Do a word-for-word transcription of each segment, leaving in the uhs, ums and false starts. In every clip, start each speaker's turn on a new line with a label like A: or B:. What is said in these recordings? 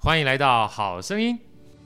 A: 欢迎来到好声音。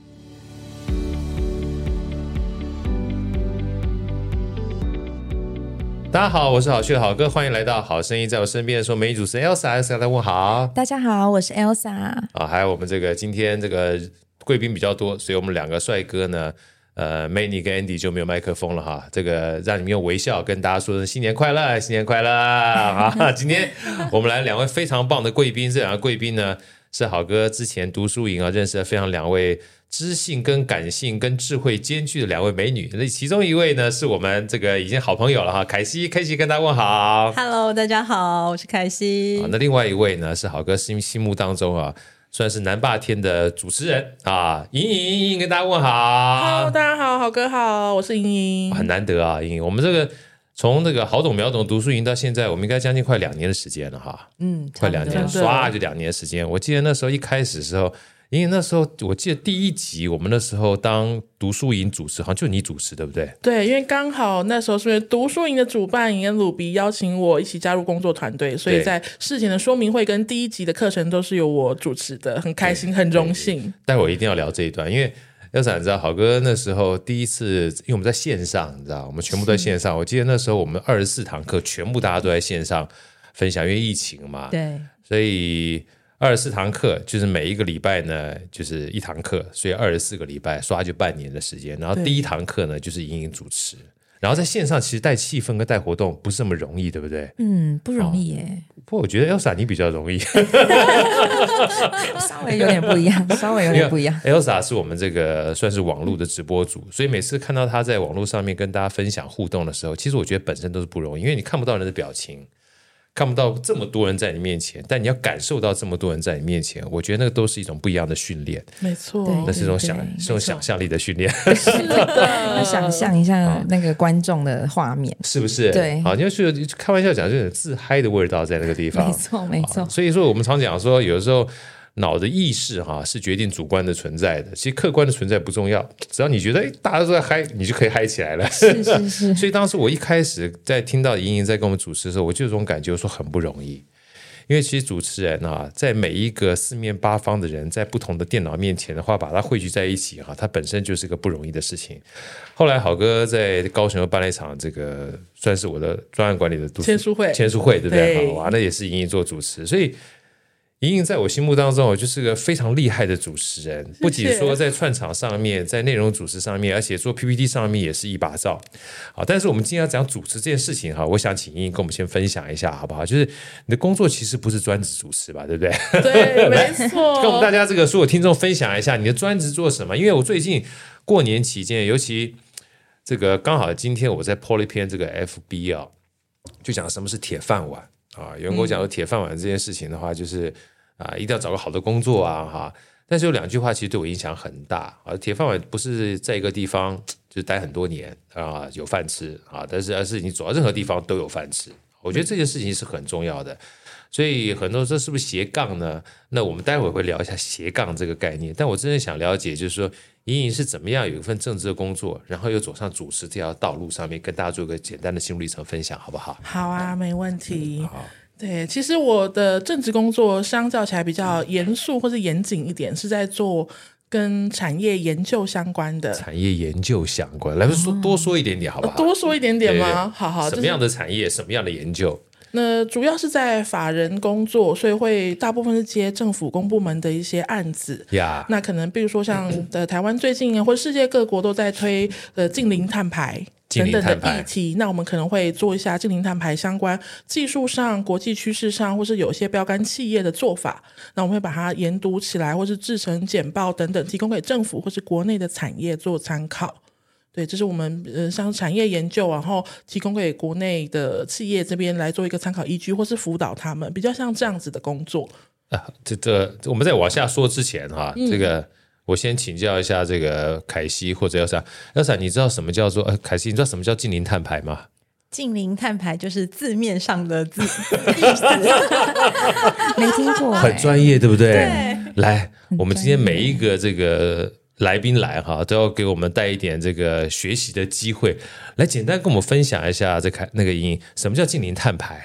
A: 大家好，我是好趣的好哥，欢迎来到好声音。在我身边的时候，美女主持人 Elsa，Elsa 大问好。
B: 大家好，我是 Elsa。
A: 啊，还有我们这个今天这个贵宾比较多，所以我们两个帅哥呢，呃 Manny 跟 Andy 就没有麦克风了哈。这个让你们用微笑跟大家说新年快乐，新年快乐啊！今天我们来两位非常棒的贵宾，这两个贵宾呢是好哥之前读书营啊认识了非常两位知性跟感性跟智慧兼具的两位美女，那其中一位呢是我们这个已经好朋友了哈，凯西，凯西跟大家问好。
B: Hello， 大家好，我是凯西。
A: 那另外一位呢是好哥心心目当中啊算是南霸天的主持人啊，莹莹莹莹跟大家问好。
C: Hello， 大家好，好哥好，我是莹莹。
A: 很难得啊，莹莹，我们这个从那个好懂秒懂读书营到现在，我们应该将近快两年的时间了哈。嗯，快两年，唰就两年的时间。我记得那时候一开始的时候，因为那时候我记得第一集我们那时候当读书营主持，好像就你主持对不对？
C: 对，因为刚好那时候是因为读书营的主办人鲁比邀请我一起加入工作团队，所以在事前的说明会跟第一集的课程都是由我主持的，很开心，很荣幸。
A: 待会儿一定要聊这一段，因为要想知道好哥那时候第一次，因为我们在线上，你知道，我们全部都在线上。我记得那时候我们二十四堂课，全部大家都在线上分享，因为疫情嘛，
B: 对，
A: 所以二十四堂课就是每一个礼拜呢就是一堂课，所以二十四个礼拜刷就半年的时间。然后第一堂课呢就是莹莹主持，然后在线上其实带气氛跟带活动不是那么容易，对不对？
B: 嗯，不容易耶。
A: 哦、不过我觉得 Elsa 你比较容易，
B: 稍微有点不一样，稍微有点不一样。
A: Elsa 是我们这个算是网络的直播主，所以每次看到她在网络上面跟大家分享互动的时候，其实我觉得本身都是不容易，因为你看不到人的表情，看不到这么多人在你面前，但你要感受到这么多人在你面前，我觉得那个都是一种不一样的训练。
C: 没错，
A: 那是一种想是种想象力的训练。
B: 是的，要想象一下那个观众的画面，
A: 是不是？
B: 对，
A: 好，就是开玩笑讲，就有点自嗨的味道在那个地方。
B: 没错，没错。
A: 所以说，我们常讲说，有的时候脑的意识哈是决定主观的存在的，其实客观的存在不重要，只要你觉得哎大家都在嗨，你就可以嗨起来了。
B: 是是是。
A: 所以当时我一开始在听到莹莹在跟我们主持的时候，我就有这种感觉，说很不容易。因为其实主持人啊，在每一个四面八方的人在不同的电脑面前的话，把它汇聚在一起哈，它本身就是一个不容易的事情。后来好哥在高雄又办了一场这个算是我的专案管理的
C: 签书会，
A: 签书会对不对？
C: 对，
A: 哇，那也是莹莹做主持，所以莹莹在我心目当中，我就是个非常厉害的主持人，不仅说在串场上面，在内容主持上面，而且做 P P T 上面也是一把罩。好，但是我们今天要讲主持这件事情哈，我想请莹莹跟我们先分享一下，好不好？就是你的工作其实不是专职主持吧，对不对？
C: 对，没错。
A: 跟我们大家这个所有听众分享一下你的专职做什么？因为我最近过年期间，尤其这个刚好今天我在 po 了一篇这个 F B 啊，就讲什么是铁饭碗。啊，有人跟我讲说铁饭碗这件事情的话，就是啊，一定要找个好的工作啊，哈。但是有两句话其实对我影响很大啊。铁饭碗不是在一个地方就待很多年啊有饭吃啊，但是而是你走到任何地方都有饭吃。我觉得这件事情是很重要的。所以很多人说是不是斜杠呢？那我们待会儿会聊一下斜杠这个概念。但我真的想了解，就是说莹莹是怎么样有一份正职的工作，然后又走上主持这条道路上面，跟大家做一个简单的心路历程分享，好不好？
C: 好啊，没问题。
A: 好。
C: 对，其实我的正职工作相较起来比较严肃或是严谨一点，是在做跟产业研究相关的。
A: 产业研究相关，来说多说一点点好不好？
C: 多说一点点吗？
A: 对对对，
C: 好好。
A: 什么样的产业，什么样的研究？
C: 那主要是在法人工作，所以会大部分是接政府公部门的一些案子。
A: Yeah.
C: 那可能比如说像的台湾最近或者世界各国都在推呃净零碳排等等的议题，那我们可能会做一下净零碳排相关技术上、国际趋势上，或是有些标杆企业的做法，那我们会把它研读起来，或是制成简报等等，提供给政府或是国内的产业做参考。对，这是我们呃像产业研究，然后提供给国内的企业这边来做一个参考依据，或是辅导他们，比较像这样子的工作。
A: 啊，这这我们在往下说之前哈，嗯、这个我先请教一下这个凯西或者Elsa，Elsa，你知道什么叫做呃凯西？你知道什么叫净零碳排吗？
D: 净零碳排就是字面上的字，
B: 没听过、欸，
A: 很专业，对不对？
D: 对，
A: 来，我们今天每一个这个来宾来哈，都要给我们带一点这个学习的机会，来简单跟我们分享一下这个那个莹莹，什么叫净零碳排？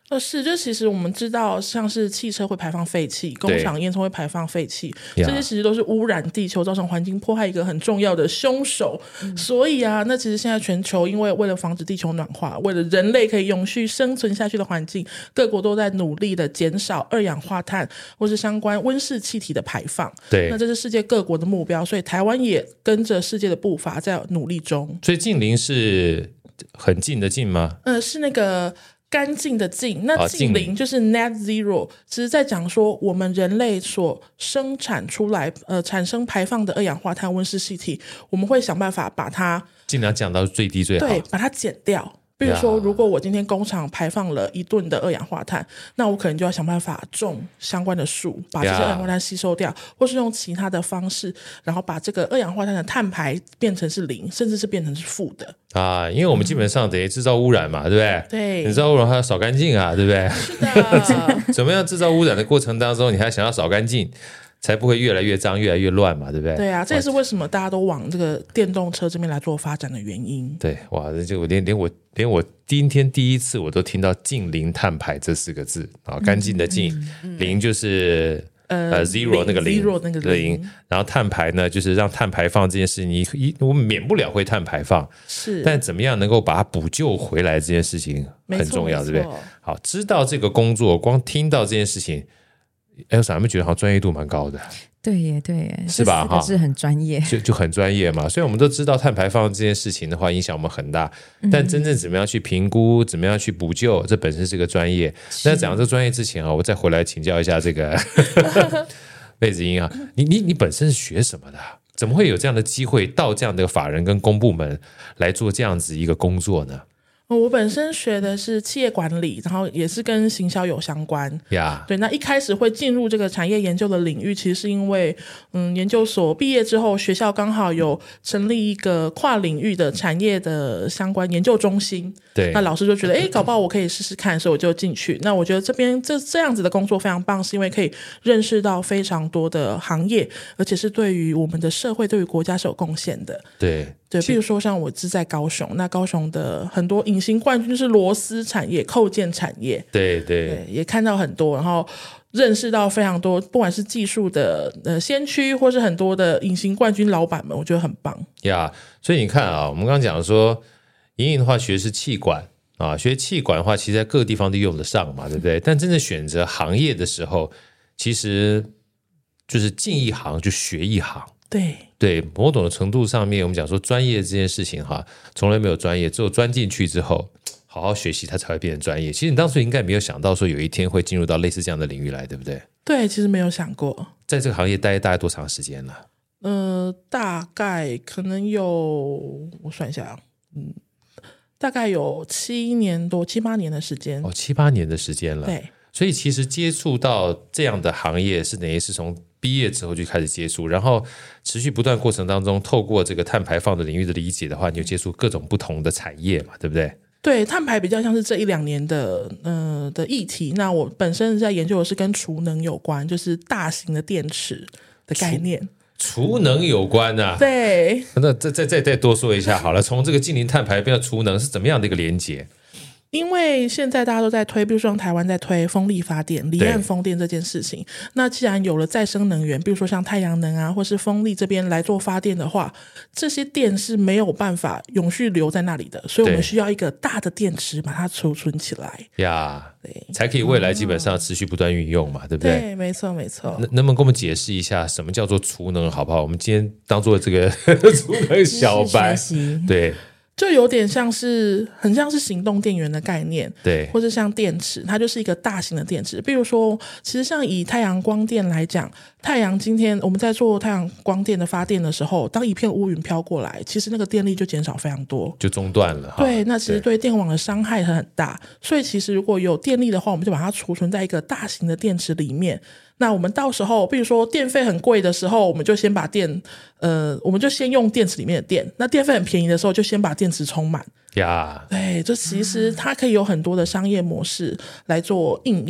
C: 呃，是，就其实我们知道，像是汽车会排放废气，工厂烟囱会排放废气，这些其实都是污染地球、造成环境破坏一个很重要的凶手。嗯、所以啊，那其实现在全球因为为了防止地球暖化，为了人类可以永续生存下去的环境，各国都在努力的减少二氧化碳或是相关温室气体的排放。
A: 对，
C: 那这是世界各国的目标，所以台湾也跟着世界的步伐在努力中。
A: 所以近邻是很近的近吗？
C: 呃，是那个。干净的净，那净零就是 net zero， 其实在讲说我们人类所生产出来呃产生排放的二氧化碳温室气体，我们会想办法把它
A: 尽量降到最低最好，
C: 对，把它减掉。比如说如果我今天工厂排放了一吨的二氧化碳，那我可能就要想办法种相关的树，把这些二氧化碳吸收掉，或是用其他的方式，然后把这个二氧化碳的碳排变成是零，甚至是变成是负的
A: 啊，因为我们基本上等于制造污染嘛，对不对？
C: 对，
A: 你制造污染还要扫干净啊，对不对？
C: 是的。
A: 怎么样制造污染的过程当中，你还想要扫干净，才不会越来越脏越来越乱嘛，对不对？
C: 对啊，这也是为什么大家都往这个电动车这边来做发展的原因。
A: 对，哇，这我连连我连我今天第一次我都听到净零碳排这四个字啊，干净的净，嗯嗯、零就是呃 zero 那个零
C: zero 那个零，
A: 然后碳排呢，就是让碳排放这件事情，你我们免不了会碳排放，
C: 是，
A: 但怎么样能够把它补救回来这件事情很重要，对不对？好，知道这个工作，光听到这件事情。Elsa 有没有觉得好像专业度蛮高的？
B: 对耶对耶，
A: 是吧？
B: 哈，是很专业，
A: 就就很专业嘛。所以我们都知道碳排放这件事情的话，影响我们很大。但真正怎么样去评估，怎么样去补救，这本身是个专业。那讲这专业之前啊，我再回来请教一下这个贝子英啊，你你你本身是学什么的？怎么会有这样的机会到这样的法人跟公部门来做这样子一个工作呢？
C: 我本身学的是企业管理，然后也是跟行销有相关。
A: Yeah.
C: 对，那一开始会进入这个产业研究的领域，其实是因为，嗯，研究所毕业之后，学校刚好有成立一个跨领域的产业的相关研究中心。
A: 对，
C: 那老师就觉得，哎，搞不好我可以试试看，所以我就进去。那我觉得这边这这样子的工作非常棒，是因为可以认识到非常多的行业，而且是对于我们的社会、对于国家是有贡献的。
A: 对。
C: 对，比如说像我是在高雄，那高雄的很多隐形冠军就是螺丝产业、扣件产业，
A: 对 对,
C: 对，也看到很多，然后认识到非常多，不管是技术的呃先驱，或是很多的隐形冠军老板们，我觉得很棒
A: 呀。Yeah, 所以你看啊，我们刚刚讲说，莹莹的话学的是气管啊，学气管的话，其实在各个地方都用得上嘛，对不对？但真正选择行业的时候，其实就是进一行就学一行。
C: 对
A: 对，某种的程度上面，我们讲说专业这件事情哈，从来没有专业，只有钻进去之后，好好学习，它才会变成专业。其实你当初应该没有想到说有一天会进入到类似这样的领域来，对不对？
C: 对，其实没有想过。
A: 在这个行业待大概多长时间了？
C: 呃，大概可能有，我算一下，嗯，大概有七年多、七八年的时间。
A: 哦，七八年的时间了。
C: 对，
A: 所以其实接触到这样的行业是等于是从毕业之后就开始接触，然后持续不断过程当中，透过这个碳排放的领域的理解的话，你就接触各种不同的产业嘛，对不对？
C: 对，碳排比较像是这一两年的呃的议题。那我本身在研究的是跟储能有关，就是大型的电池的概念。
A: 储能有关啊？
C: 对。
A: 那再再再再多说一下好了，从这个净零碳排变到储能是怎么样的一个连结？
C: 因为现在大家都在推，比如说台湾在推风力发电、离岸风电这件事情。那既然有了再生能源，比如说像太阳能啊，或是风力这边来做发电的话，这些电是没有办法永续留在那里的，所以我们需要一个大的电池把它储存起来
A: 呀，对，才可以未来基本上持续不断运用嘛，对不对？
C: 对，没错没错。
A: 能能不能跟我们解释一下什么叫做储能，好不好？我们今天当做这个储能小白，对。
C: 就有点像是很像是行动电源的概念，
A: 对，
C: 或者像电池，它就是一个大型的电池。比如说，其实像以太阳光电来讲，太阳今天我们在做太阳光电的发电的时候，当一片乌云飘过来，其实那个电力就减少非常多，
A: 就中断了。
C: 对，那其实对电网的伤害很大。所以其实如果有电力的话，我们就把它储存在一个大型的电池里面。那我们到时候比如说电费很贵的时候，我们就先把电呃，我们就先用电池里面的电，那电费很便宜的时候就先把电池充满
A: 呀。
C: 对，这其实它可以有很多的商业模式来做应用。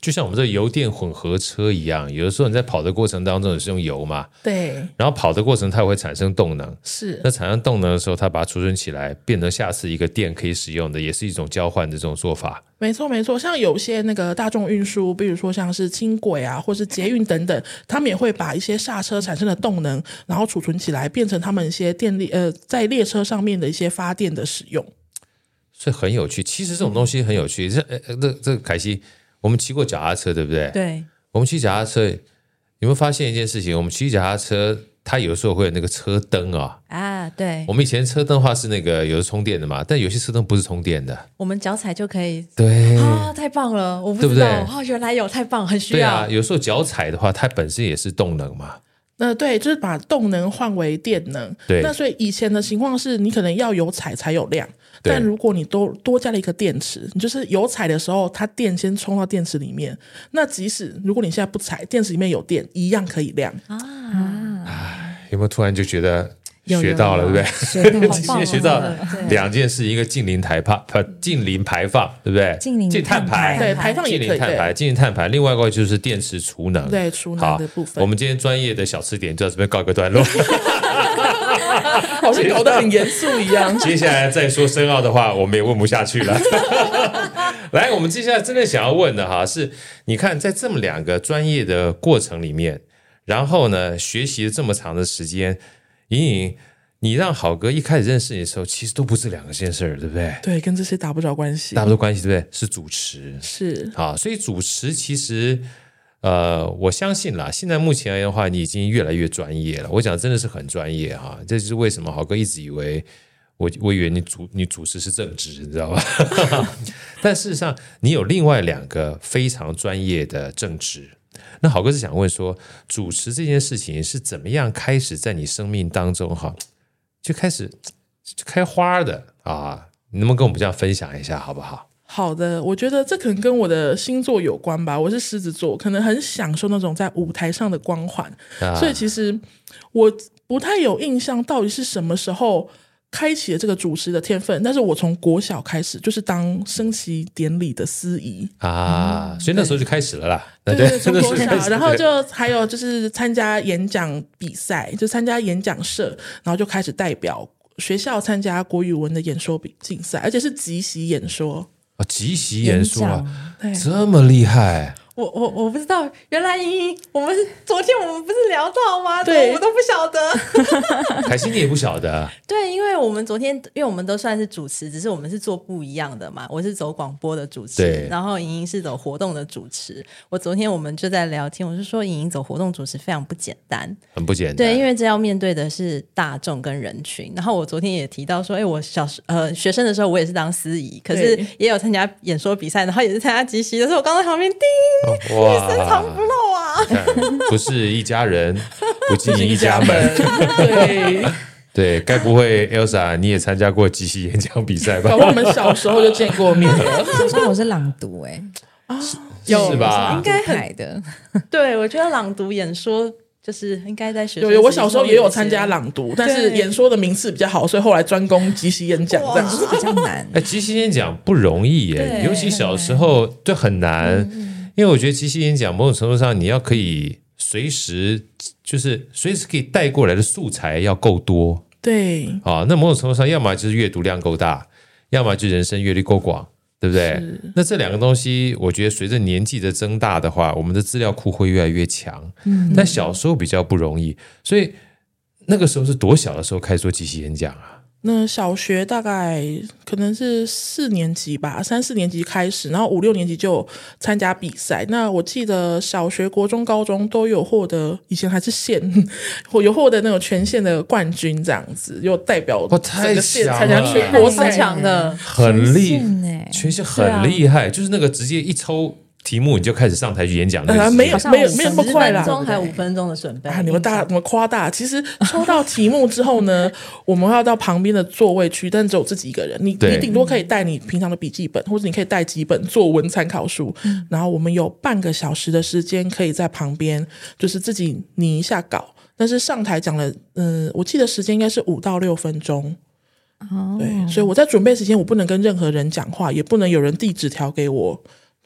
A: 就像我们这油电混合车一样，有的时候你在跑的过程当中也是用油嘛，
C: 对，
A: 然后跑的过程它会产生动能，
C: 是
A: 那产生动能的时候，它把它储存起来，变成下次一个电可以使用的，也是一种交换的这种做法。
C: 没错没错，像有些那个大众运输，比如说像是轻轨啊，或是捷运等等，他们也会把一些刹车产生的动能，然后储存起来，变成他们一些电力呃在列车上面的一些发电的使用。
A: 所以很有趣，其实这种东西很有趣。这呃这这个凯西，我们骑过脚踏车，对不对？
D: 对，
A: 我们骑脚踏车，有没有发现一件事情？我们骑脚踏车，它有时候会有那个车灯啊。
D: 啊，对，
A: 我们以前车灯的话是那个有的充电的嘛，但有些车灯不是充电的。
D: 我们脚踩就可以。
A: 对
D: 啊，太棒了！我不知道，
A: 对不对
D: 哦，原来有，太棒，很需
A: 对
D: 要。
A: 啊，有时候脚踩的话，它本身也是动能嘛。
C: 那对，就是把动能换为电能。
A: 对
C: 那所以以前的情况是你可能要有踩才有量，
A: 对
C: 但如果你多多加了一个电池，你就是有踩的时候，它电先充到电池里面。那即使如果你现在不踩，电池里面有电，一样可以亮。
A: 有没有突然就觉得
B: 有
A: 学到了，
B: 有
A: 对不对？
B: 有学到
A: 今天学到
D: 对
A: 两件事，一个近零排放，不近零排放，对不对？
B: 近零
A: 近碳排，
C: 对，排放也可以。
A: 近零碳排，近零碳排。另外一个就是电池储能，
C: 对，储能
A: 好
C: 的部分。
A: 我们今天专业的小吃点就到这边告一个段落。
C: 好像搞得很严肃一样。
A: 接下来再说深奥的话，我们也问不下去了。来，我们接下来真的想要问的哈，是你看在这么两个专业的过程里面，然后呢，学习了这么长的时间，莹莹，你让好哥一开始认识你的时候，其实都不是两个件事儿，对不对？
C: 对，跟这些打不着关系。
A: 大不多关系，对不对？是主持，
C: 是
A: 好，所以主持其实。呃，我相信啦，现在目前而言的话，你已经越来越专业了。我讲真的是很专业哈，这就是为什么豪哥一直以为我，我以为你主你主持是正职，你知道吧？但事实上，你有另外两个非常专业的正职。那豪哥是想问说，主持这件事情是怎么样开始在你生命当中哈，就开始就开花的啊？你能不能跟我们这样分享一下，好不好？
C: 好的，我觉得这可能跟我的星座有关吧。我是狮子座，可能很享受那种在舞台上的光环，
A: 啊、
C: 所以其实我不太有印象到底是什么时候开启了这个主持的天分。但是我从国小开始就是当升旗典礼的司仪
A: 啊，所以那时候就开始了啦。
C: 对对对，从国小，然后
A: 对
C: 就还有就是参加演讲比赛，就参加演讲社，然后就开始代表学校参加国语文的演说比竞赛，而且是即席演说。
A: 哦，即席演说啊，
C: 对，
A: 这么厉害！
D: 我我我不知道，原来莹莹，我们昨天我们不是聊到吗？
C: 对，
D: 我都不晓得。
A: 凯西你也不晓得？
D: 对，因为我们昨天，因为我们都算是主持，只是我们是做不一样的嘛。我是走广播的主持，然后莹莹是走活动的主持。我昨天我们就在聊天，我就说莹莹走活动主持非常不简单，
A: 很不简单。
D: 对，因为这要面对的是大众跟人群。然后我昨天也提到说，哎，我小呃学生的时候我也是当司仪，可是也有参加演说比赛，然后也是参加即席的时候，我刚在旁边叮。
A: 哇，
D: 深藏不露啊！
A: 不是一家人，不进一家门。
C: 对
A: 对，该不会 Elsa 你也参加过即席演讲比赛吧？
C: 搞不好我们小时候就见过面了。
B: 好像我是朗读哎、
C: 欸，啊，
A: 有是吧？
D: 应该
B: 很的。
D: 对，我觉得朗读演说就是应该在学生。
C: 有，我小时候也有参加朗读，但是演说的名次比较好，所以后来专攻即席演讲这样子，
B: 比较难。
A: 哎，即席演讲不容易耶，尤其小时候就很难。嗯因为我觉得即席演讲某种程度上，你要可以随时就是随时可以带过来的素材要够多，
C: 对
A: 啊，那某种程度上，要么就是阅读量够大，要么就人生阅历够广，对不对？那这两个东西，我觉得随着年纪的增大的话，我们的资料库会越来越强。嗯，但小时候比较不容易，所以那个时候是多小的时候开始做即席演讲啊？
C: 那小学大概可能是四年级吧，三四年级开始，然后五六年级就参加比赛。那我记得小学、国中、高中都有获得，以前还是县，有获得那种全县的冠军，这样子有代表整个县参加全国赛，
D: 强的，
A: 很厉
B: 害，
A: 全县很厉害，就是那个直接一抽题目你就开始上台去演讲，
C: 呃、没有没有没有那么快啦，
D: 十分钟还五分钟的准备、
C: 啊、你们大你们夸大。其实抽到题目之后呢，我们要到旁边的座位区，但只有自己一个人，你你顶多可以带你平常的笔记本，或者你可以带几本作文参考书、嗯、然后我们有半个小时的时间可以在旁边就是自己拟一下稿，但是上台讲了嗯、呃，我记得时间应该是五到六分钟。哦，对，所以我在准备时间我不能跟任何人讲话，也不能有人递纸条给我。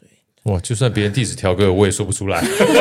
A: 哇，就算别人地址条哥，我也说不出来。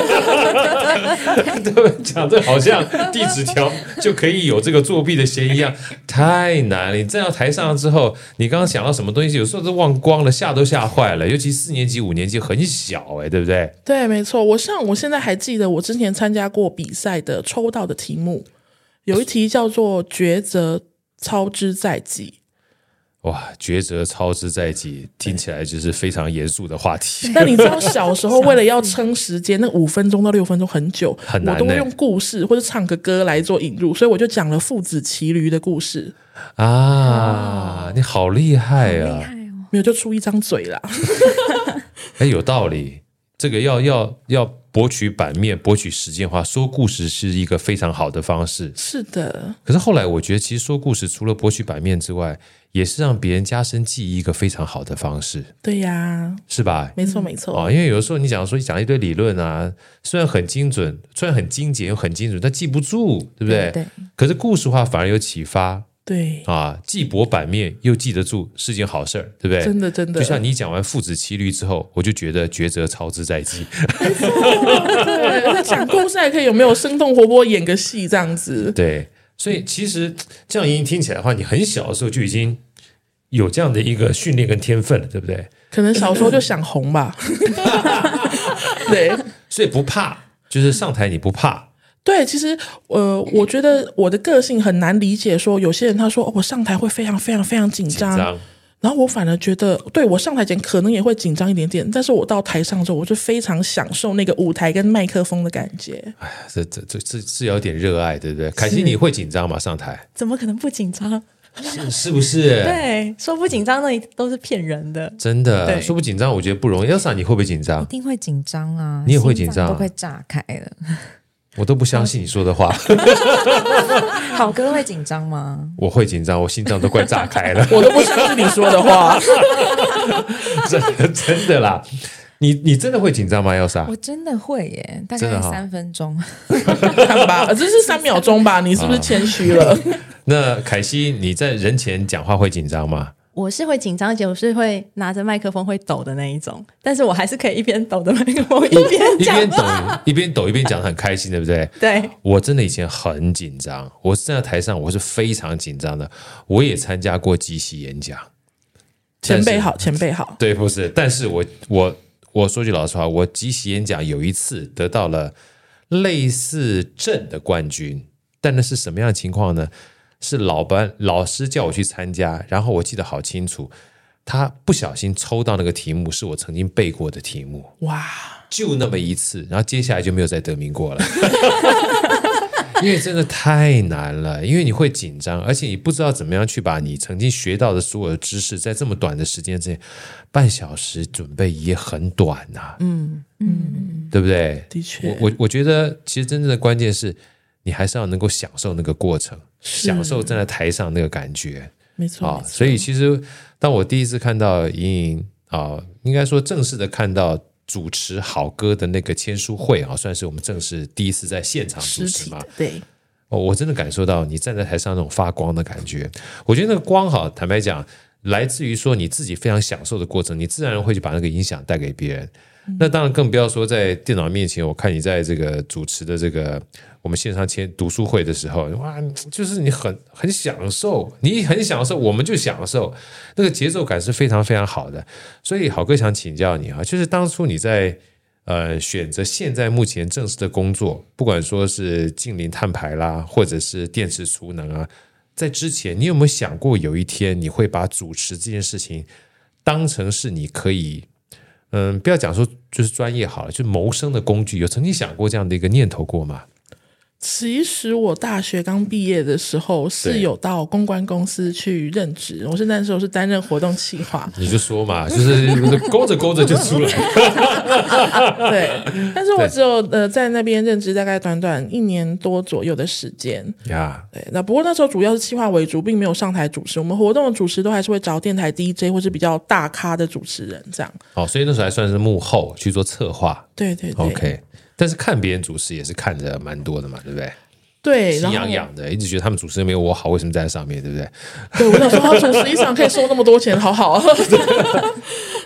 A: 对不对？讲这好像地址条就可以有这个作弊的嫌疑一样，太难了。你站到台上之后，你刚刚想到什么东西，有时候都忘光了，吓都吓坏了。尤其四年级、五年级很小哎、欸，对不对？
C: 对，没错。我像我现在还记得，我之前参加过比赛的抽到的题目，有一题叫做“抉择操之在己”。
A: 哇，抉择操之在己，听起来就是非常严肃的话题。
C: 但你知道，小时候为了要撑时间，那五分钟到六分钟很久，
A: 很难、欸，
C: 我都会用故事或者唱个歌来做引入，所以我就讲了父子骑驴的故事
A: 啊！你好厉害啊！
B: 哦、
C: 没有就出一张嘴啦。
A: 哎，有道理。这个要要要博取版面、博取时间的话，说故事是一个非常好的方式。
C: 是的。
A: 可是后来我觉得，其实说故事除了博取版面之外，也是让别人加深记忆一个非常好的方式。
C: 对呀，
A: 是吧？
C: 没错没错、
A: 哦、因为有的时候你讲说讲一堆理论啊，虽然很精准，虽然很精简又很精准，但记不住，对不对？
B: 对。
A: 可是故事化反而有启发。
C: 对
A: 啊，既博版面又记得住是件好事儿，对不对？
C: 真的真的，
A: 就像你讲完父子骑驴之后，我就觉得抉择操之在己。
C: 对，讲故事还可以有没有生动活泼演个戏这样子？
A: 对，所以其实这样一听起来的话，你很小的时候就已经有这样的一个训练跟天分了，对不对？
C: 可能小时候就想红吧。对，
A: 所以不怕，就是上台你不怕。
C: 对，其实呃，我觉得我的个性很难理解，说有些人他说、哦、我上台会非常非常非常紧张，然后我反而觉得，对，我上台前可能也会紧张一点点，但是我到台上之后，我就非常享受那个舞台跟麦克风的感觉。
A: 哎呀，这这这这是有点热爱，对不对？凯西，你会紧张吗？上台
D: 怎么可能不紧张？
A: 是是不是？
D: 对，说不紧张那都是骗人的。
A: 真的，说不紧张，我觉得不容易。Elsa，你会不会紧张？
B: 一定会紧张啊！
A: 你也会紧张，
B: 都快炸开了。
A: 我都不相信你说的话。
B: 好哥会紧张吗？
A: 我会紧张，我心脏都快炸开了。
C: 我都不相信你说的话。
A: 真的真的啦，你你真的会紧张吗？Elsa，
B: 我真的会耶，大概三分钟。
C: 看吧，这是三秒钟吧？你是不是谦虚了？啊、
A: 那凯西，你在人前讲话会紧张吗？
D: 我是会紧张，而且我是会拿着麦克风会抖的那一种，但是我还是可以一边抖的麦克风一边讲
A: 一边抖一边抖一边讲得很开心，对不对？
D: 对，
A: 我真的以前很紧张，我站在台上我是非常紧张的，我也参加过即席演讲。
C: 前辈好，前辈好。
A: 对，不是，但是我我我说句老实话，我即席演讲有一次得到了类似镇的冠军，但那是什么样的情况呢？是老班老师叫我去参加，然后我记得好清楚，他不小心抽到那个题目是我曾经背过的题目，
C: 哇，
A: 就那么一次，然后接下来就没有再得名过了。因为真的太难了，因为你会紧张，而且你不知道怎么样去把你曾经学到的所有的知识，在这么短的时间之内，半小时准备也很短呐、啊，嗯嗯，对不对？
C: 的确，
A: 我我我觉得其实真正的关键是你还是要能够享受那个过程，享受站在台上那个感觉，
C: 没错、
A: 啊。所以其实当我第一次看到莹莹啊，应该说正式的看到主持好歌的那个签书会啊，算是我们正式第一次在现场主持嘛。
C: 对、
A: 哦，我真的感受到你站在台上那种发光的感觉。我觉得那个光哈，坦白讲，来自于说你自己非常享受的过程，你自然会去把那个影响带给别人。嗯、那当然更不要说在电脑面前，我看你在这个主持的这个我们线上签读书会的时候，哇，就是你很很享受，你很享受，我们就享受，那个节奏感是非常非常好的。所以好哥想请教你啊，就是当初你在呃选择现在目前正式的工作，不管说是近邻碳排啦，或者是电池储能啊，在之前你有没有想过有一天你会把主持这件事情当成是你可以嗯，不要讲说就是专业好了，就是谋生的工具，有曾经想过这样的一个念头过吗？
C: 其实我大学刚毕业的时候是有到公关公司去任职，我是那时候是担任活动企划。
A: 你就说嘛，就是勾着勾着就出来。
C: 对，但是我只有呃在那边任职大概短短一年多左右的时间
A: 呀。
C: 对，那不过那时候主要是企划为主，并没有上台主持。我们活动的主持都还是会找电台 D J 或是比较大咖的主持人这样。
A: 哦，所以那时候还算是幕后去做策划。
C: 对对对
A: ，OK。但是看别人主持也是看着蛮多的嘛，对不对？
C: 对，
A: 心痒痒的，一直觉得他们主持人没有我好，为什么在上面，对不对？
C: 对，我想说他主持一场可以收那么多钱，好好。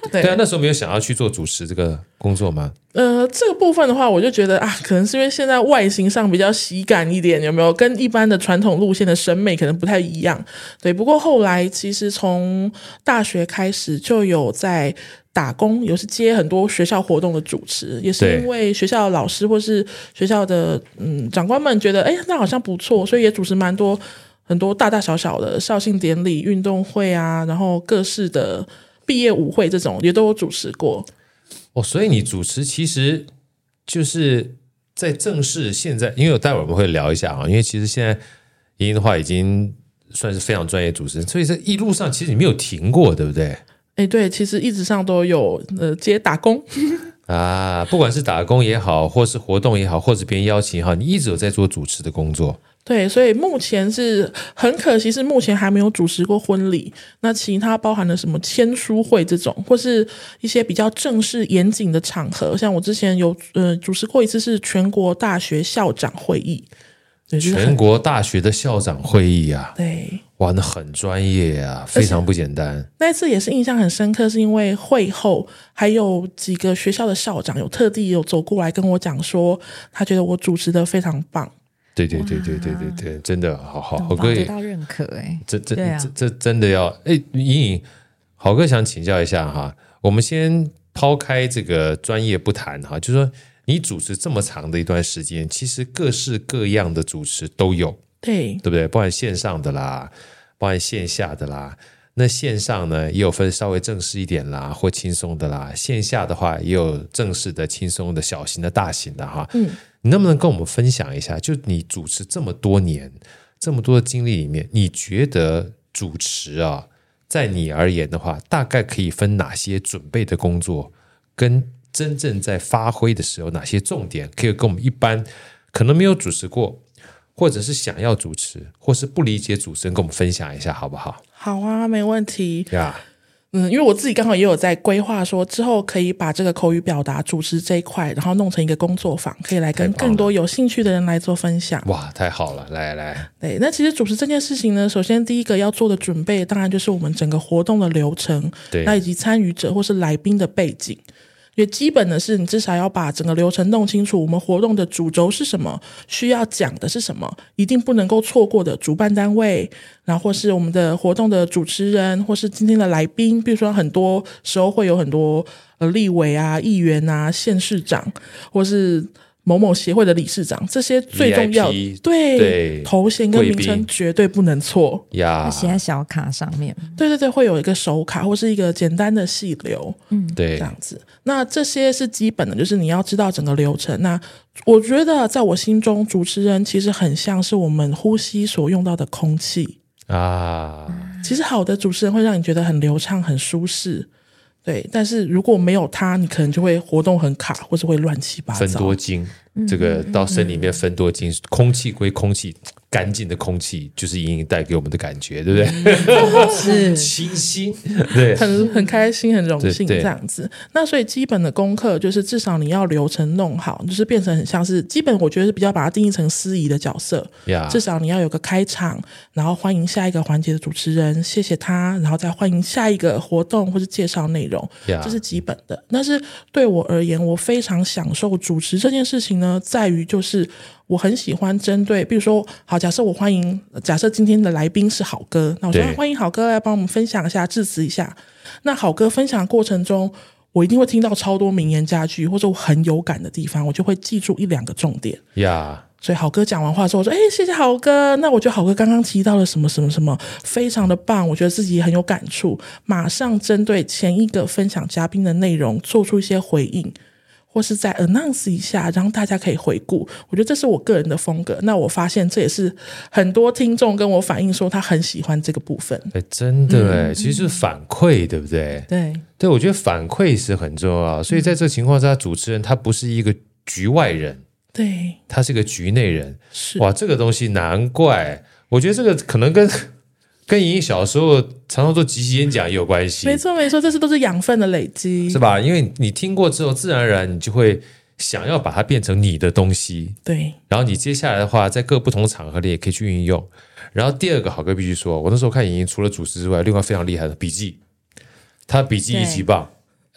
C: 对
A: 对啊，那时候没有想要去做主持这个工作吗？
C: 呃，这个部分的话，我就觉得啊，可能是因为现在外形上比较喜感一点，有没有？跟一般的传统路线的审美可能不太一样。对，不过后来其实从大学开始就有在打工，有是接很多学校活动的主持，也是因为学校的老师或是学校的嗯长官们觉得，哎，那好像不错，所以也主持蛮多很多大大小小的校庆典礼、运动会啊，然后各式的毕业舞会这种也都有主持过。
A: 哦，所以你主持其实就是在正式现在，因为待会儿我们会聊一下啊，因为其实现在莹莹的话已经算是非常专业主持人，所以在一路上其实你没有停过，对不对？
C: 哎，对，其实一直上都有呃接打工
A: 啊，不管是打工也好，或是活动也好，或者别人邀请也好，你一直有在做主持的工作。
C: 对，所以目前是很可惜，是目前还没有主持过婚礼。那其他包含了什么签书会这种，或是一些比较正式严谨的场合，像我之前有呃主持过一次是全国大学校长会议。对，就是
A: 全国大学的校长会议啊，
C: 对，
A: 哇，那很专业啊，非常不简单。
C: 那一次也是印象很深刻，是因为会后还有几个学校的校长有特地有走过来跟我讲说，他觉得我主持的非常棒。
A: 对对对对对对对，真的好好，好哥也
B: 得到认可哎，
A: 这这、
B: 啊、
A: 这这真的要哎，莹莹，好哥想请教一下哈，我们先抛开这个专业不谈哈，就是说你主持这么长的一段时间，其实各式各样的主持都有，
C: 对
A: 对不对？包含线上的啦，包含线下的啦。那线上呢也有分稍微正式一点啦，或轻松的啦。线下的话也有正式的、轻松的、小型的、大型的哈。嗯，你能不能跟我们分享一下？就你主持这么多年，这么多的经历里面，你觉得主持啊，在你而言的话，大概可以分哪些准备的工作，跟真正在发挥的时候哪些重点，可以跟我们一般可能没有主持过，或者是想要主持，或是不理解主持人，跟我们分享一下好不好？
C: 好啊，没问题。
A: 呀、yeah.
C: 嗯，因为我自己刚好也有在规划说，之后可以把这个口语表达主持这一块，然后弄成一个工作坊，可以来跟更多有兴趣的人来做分享。
A: 哇，太好了，来来。
C: 对，那其实主持这件事情呢，首先第一个要做的准备，当然就是我们整个活动的流程，
A: 对，
C: 那以及参与者或是来宾的背景。因为基本的是，你至少要把整个流程弄清楚，我们活动的主轴是什么，需要讲的是什么，一定不能够错过的主办单位，然后或是我们的活动的主持人，或是今天的来宾，比如说很多时候会有很多呃立委啊、议员啊、县市长，或是某某协会的理事长，这些最重要
A: V I P,
C: 对,
A: 对
C: 头衔跟名称绝对不能错
A: 呀，
B: 写在小卡上面。
C: 对对对，会有一个手卡或是一个简单的细流，嗯，
A: 对，
C: 这样子。那这些是基本的，就是你要知道整个流程。那我觉得在我心中，主持人其实很像是我们呼吸所用到的空气
A: 啊。
C: 其实好的主持人会让你觉得很流畅、很舒适。对，但是如果没有他，你可能就会活动很卡，或是会乱七八糟。
A: 分多精，这个到身里面分多精，嗯、空气归空气，干净的空气就是莹莹带给我们的感觉，对不对？
C: 嗯、是
A: 清新，对，
C: 很很开心，很荣幸这样子。那所以基本的功课就是至少你要流程弄好，就是变成很像是基本，我觉得是比较把它定义成司仪的角色。
A: Yeah.
C: 至少你要有个开场，然后欢迎下一个环节的主持人，谢谢他，然后再欢迎下一个活动或是介绍内容，
A: Yeah.
C: 这是基本的。但是对我而言，我非常享受主持这件事情呢，在于就是我很喜欢针对，比如说，好，假设我欢迎，假设今天的来宾是好哥，那我说欢迎好哥来帮我们分享一下，致辞一下。那好哥分享的过程中，我一定会听到超多名言佳句，或者我很有感的地方，我就会记住一两个重点。
A: 呀、yeah.
C: 所以好哥讲完话之后，我说：“哎，谢谢好哥。”那我觉得好哥刚刚提到了什么什么什么，非常的棒，我觉得自己很有感触，马上针对前一个分享嘉宾的内容做出一些回应。或是再 announce 一下，让大家可以回顾。我觉得这是我个人的风格。那我发现这也是很多听众跟我反映说他很喜欢这个部分。
A: 哎，真的哎、嗯，其实是反馈，对不对？
C: 对
A: 对，我觉得反馈是很重要。所以在这个情况下，主持人他不是一个局外人，
C: 对，
A: 他是个局内人。
C: 是
A: 哇，这个东西难怪。我觉得这个可能跟跟莹莹小时候常常做即席演讲也有关系。
C: 没错没错，这是都是养分的累积，
A: 是吧？因为你听过之后，自然而然你就会想要把它变成你的东西。
C: 对，
A: 然后你接下来的话，在各不同场合里也可以去运用。然后第二个，好哥必须说，我那时候看莹莹除了主持之外，另外非常厉害的笔记，他笔记一级棒。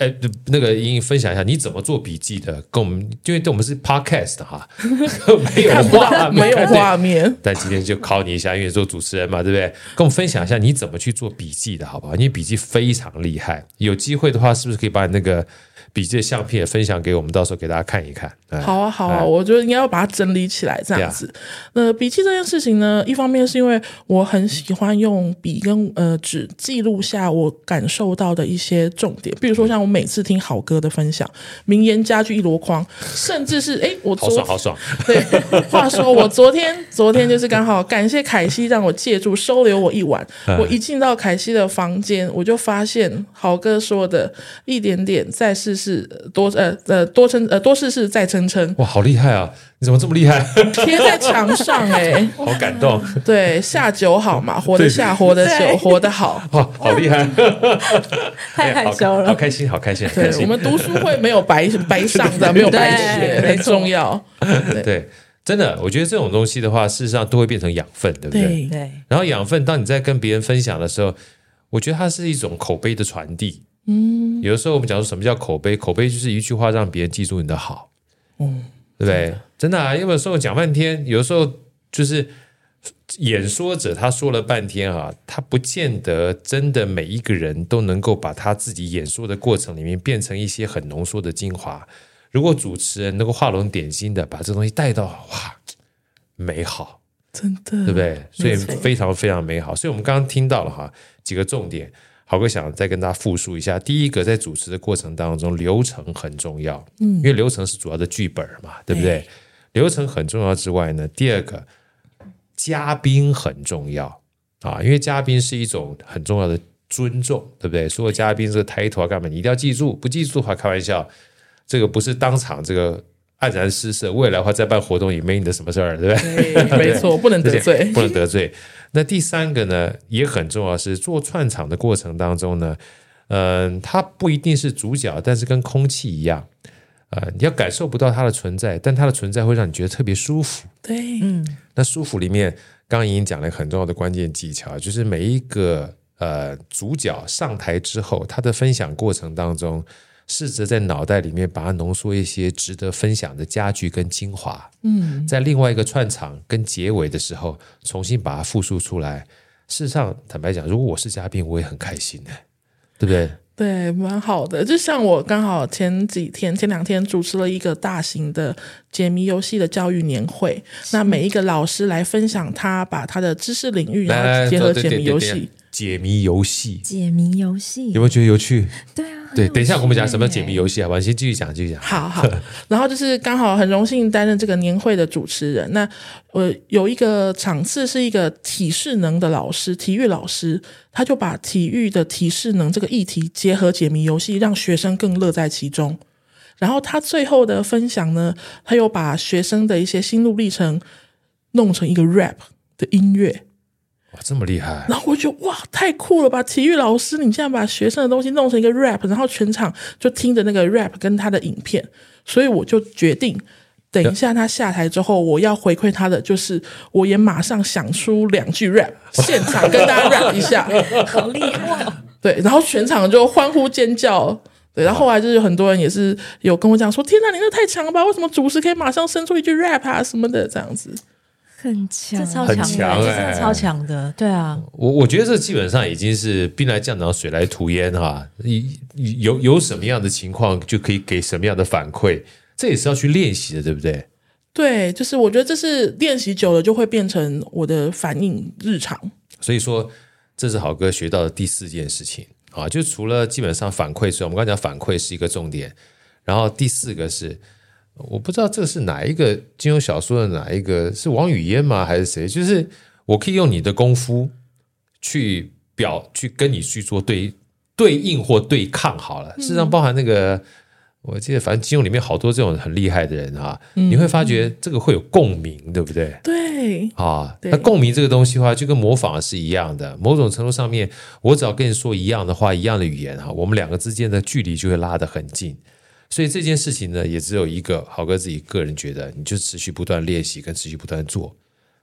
A: 哎，那个莹莹分享一下你怎么做笔记的？跟我们，因为我们是 podcast 哈，没有画面，
C: 没有画面。
A: 但今天就考你一下，因为做主持人嘛，对不对？跟我们分享一下你怎么去做笔记的，好不好？因为笔记非常厉害，有机会的话，是不是可以把你那个笔记的相片也分享给我们，到时候给大家看一看？
C: 好啊，好啊，我觉得应该要把它整理起来，这样子。那、呃、笔记这件事情呢，一方面是因为我很喜欢用笔跟呃纸记录下我感受到的一些重点，比如说像我每次听好歌的分享，名言佳句一箩筐，甚至是哎，我昨
A: 好爽好爽。
C: 对，话说我昨天昨天就是刚好感谢凯西让我借住收留我一晚，嗯、我一进到凯西的房间，我就发现好哥说的一点点再试试多呃呃多撑呃多试试再撑。
A: 哇，好厉害啊！你怎么这么厉害？
C: 贴在墙上哎、欸，
A: 好感动。
C: 对，下酒好嘛，活得下，活得久，活得好。
A: 哇，好厉害！
D: 太害羞了，
A: 好开心，好开心。
C: 对，我们读书会没有白白上的，没有白学，很重要。
A: 对, 对，真的，我觉得这种东西的话，事实上都会变成养分，对不对？
C: 对
D: 对。
A: 然后养分，当你在跟别人分享的时候，我觉得它是一种口碑的传递。嗯，有的时候我们讲说什么叫口碑？口碑就是一句话让别人记住你的好。嗯，对不对？真的啊，因为有时候讲半天，有的时候就是演说者他说了半天啊，他不见得真的每一个人都能够把他自己演说的过程里面变成一些很浓缩的精华。如果主持人能够画龙点睛的把这东西带到哇美好，
C: 真的，
A: 对不对？所以非常非常美好。所以我们刚刚听到了哈几个重点。好哥想再跟大家复述一下，第一个在主持的过程当中，流程很重要，嗯，因为流程是主要的剧本嘛，对不对？对，流程很重要之外呢，第二个嘉宾很重要啊，因为嘉宾是一种很重要的尊重，对不对？所有嘉宾这个 title 啊干嘛，你一定要记住，不记住的话开玩笑，这个不是当场这个黯然失色，未来的话再办活动也没你的什么事儿，对不对？
C: 对，没错，不能得罪，
A: 不能得罪。那第三个呢，也很重要，是做串场的过程当中呢，嗯、呃，它不一定是主角，但是跟空气一样，呃，你要感受不到它的存在，但它的存在会让你觉得特别舒服。
C: 对，
D: 嗯，
A: 那舒服里面，刚刚已经讲了很重要的关键技巧，就是每一个呃主角上台之后，他的分享过程当中，试着在脑袋里面把它浓缩一些值得分享的佳句跟精华，嗯，在另外一个串场跟结尾的时候，重新把它复述出来。事实上，坦白讲，如果我是嘉宾，我也很开心的，对不对？
C: 对，蛮好的。就像我刚好前几天、前两天主持了一个大型的解谜游戏的教育年会，那每一个老师来分享他把他的知识领域，然后结合解谜游戏。
A: 解谜游戏，
B: 解谜游戏
A: 有没有觉得有趣？
B: 对啊，
A: 对，等一下跟我们讲什么解谜游戏啊？我先继续讲，继续讲。
C: 好好，然后就是刚好很荣幸担任这个年会的主持人。那呃，有一个场次是一个体适能的老师，体育老师，他就把体育的体适能这个议题结合解谜游戏，让学生更乐在其中。然后他最后的分享呢，他又把学生的一些心路历程弄成一个 rap 的音乐。
A: 哇，这么厉害！
C: 然后我就哇，太酷了吧！体育老师，你这样把学生的东西弄成一个 rap， 然后全场就听着那个 rap 跟他的影片，所以我就决定，等一下他下台之后，我要回馈他的就是，我也马上想出两句 rap， 现场跟大家 rap 一下，
B: 好厉害！
C: 对，然后全场就欢呼尖叫。对，然后后来就是有很多人也是有跟我讲说：“天哪，你那太强了吧！为什么主持可以马上生出一句 rap 啊什么的这样子？”
B: 很强，
D: 这超强的，
A: 很强欸，
D: 这真的超强的，对啊。
A: 我我觉得这基本上已经是兵来将挡，水来土掩哈。有有什么样的情况，就可以给什么样的反馈，这也是要去练习的，对不对？
C: 对，就是我觉得这是练习久了就会变成我的反应日常。
A: 所以说，这是好哥学到的第四件事情啊，就除了基本上反馈之外，我们刚才讲反馈是一个重点，然后第四个是。我不知道这是哪一个金庸小说的哪一个是王语嫣吗还是谁，就是我可以用你的功夫去表去跟你去做对对应或对抗好了，事实上包含那个我记得反正金庸里面好多这种很厉害的人啊，嗯、你会发觉这个会有共鸣，对不对？
C: 对
A: 啊，那共鸣这个东西的话就跟模仿是一样的，某种程度上面我只要跟你说一样的话一样的语言哈，我们两个之间的距离就会拉得很近。所以这件事情呢，也只有一个，好哥自己个人觉得，你就持续不断练习跟持续不断做，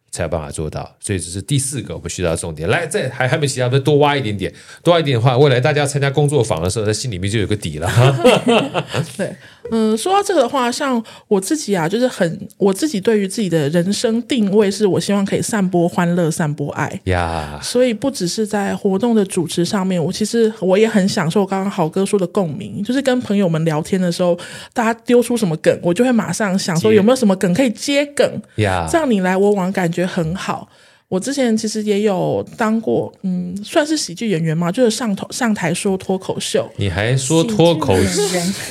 A: 才有办法做到，所以这是第四个我们学到的重点。来，再还还没其他，多挖一点点，多挖一点的话，未来大家参加工作坊的时候，在心里面就有个底了。
C: 对，嗯，说到这个的话，像我自己啊，就是很我自己对于自己的人生定位是，我希望可以散播欢乐、散播爱
A: 呀。
C: 所以不只是在活动的主持上面，我其实我也很享受刚刚豪哥说的共鸣，就是跟朋友们聊天的时候，大家丢出什么梗，我就会马上想说有没有什么梗可以接梗呀，这样你来我往，感觉很好。我之前其实也有当过，嗯，算是喜剧演员嘛，就是上头上台说脱口秀。
A: 你还说脱口秀？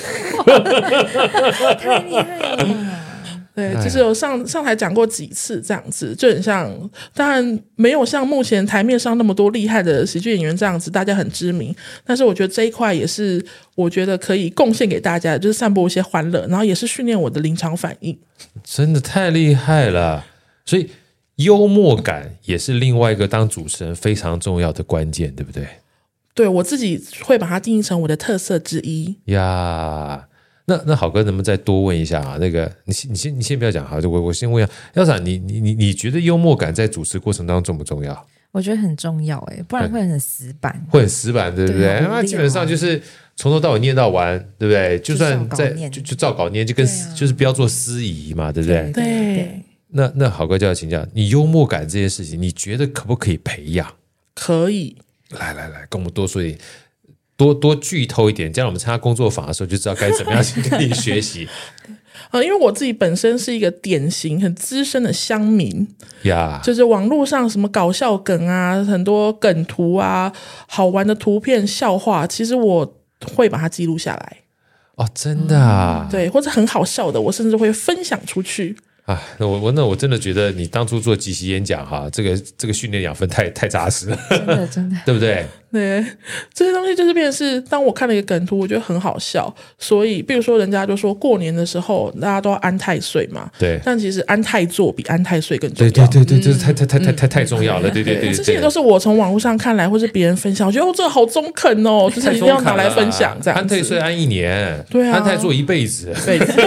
B: 太厉害了！
C: 对，就是有上上台讲过几次这样子，就很像，当然没有像目前台面上那么多厉害的喜剧演员这样子，大家很知名。但是我觉得这一块也是我觉得可以贡献给大家，就是散播一些欢乐，然后也是训练我的临场反应。
A: 真的太厉害了！所以幽默感也是另外一个当主持人非常重要的关键，对不对？
C: 对，我自己会把它定义成我的特色之一
A: 呀。那那好哥，能不能再多问一下啊？那个你你先你先不要讲哈，我我先问一下，要啥？你你你你觉得幽默感在主持过程当中重不重要？
B: 我觉得很重要哎，不然会很死板，
A: 会很死板，对不对？那基本上就是从头到尾念到完，对不对？就算在就就照稿念，就跟、啊、就是不要做司仪嘛，对不对？
C: 对。对
A: 那那好哥就要请教你，幽默感这件事情，你觉得可不可以培养？
C: 可以。
A: 来来来，跟我们多说一点。多多剧透一点，这样我们参加工作坊的时候就知道该怎么样去跟你学习。
C: 呃，因为我自己本身是一个典型很资深的乡民
A: 呀， yeah.
C: 就是网络上什么搞笑梗啊，很多梗图啊，好玩的图片、笑话，其实我会把它记录下来。
A: 哦，真的啊？
C: 对，或者很好笑的，我甚至会分享出去。
A: 啊，那我我那我真的觉得你当初做即席演讲哈，这个这个训练养分太太扎实了，
B: 真的真的，
A: 对不对？
C: 对，这些东西就是变成是，当我看了一个梗图，我觉得很好笑，所以比如说人家就说过年的时候大家都要安太岁嘛，
A: 对，
C: 但其实安太座比安太岁更重要，
A: 对对对对，这、嗯、太太太太太太重要了，对对 对, 对, 对, 对，
C: 这些也都是我从网络上看来，或是别人分享，我觉得哦，这个好中肯哦，就是一定要拿来分享，这样。
A: 安太岁安一年，
C: 对啊，
A: 安太座一辈子，
C: 辈子，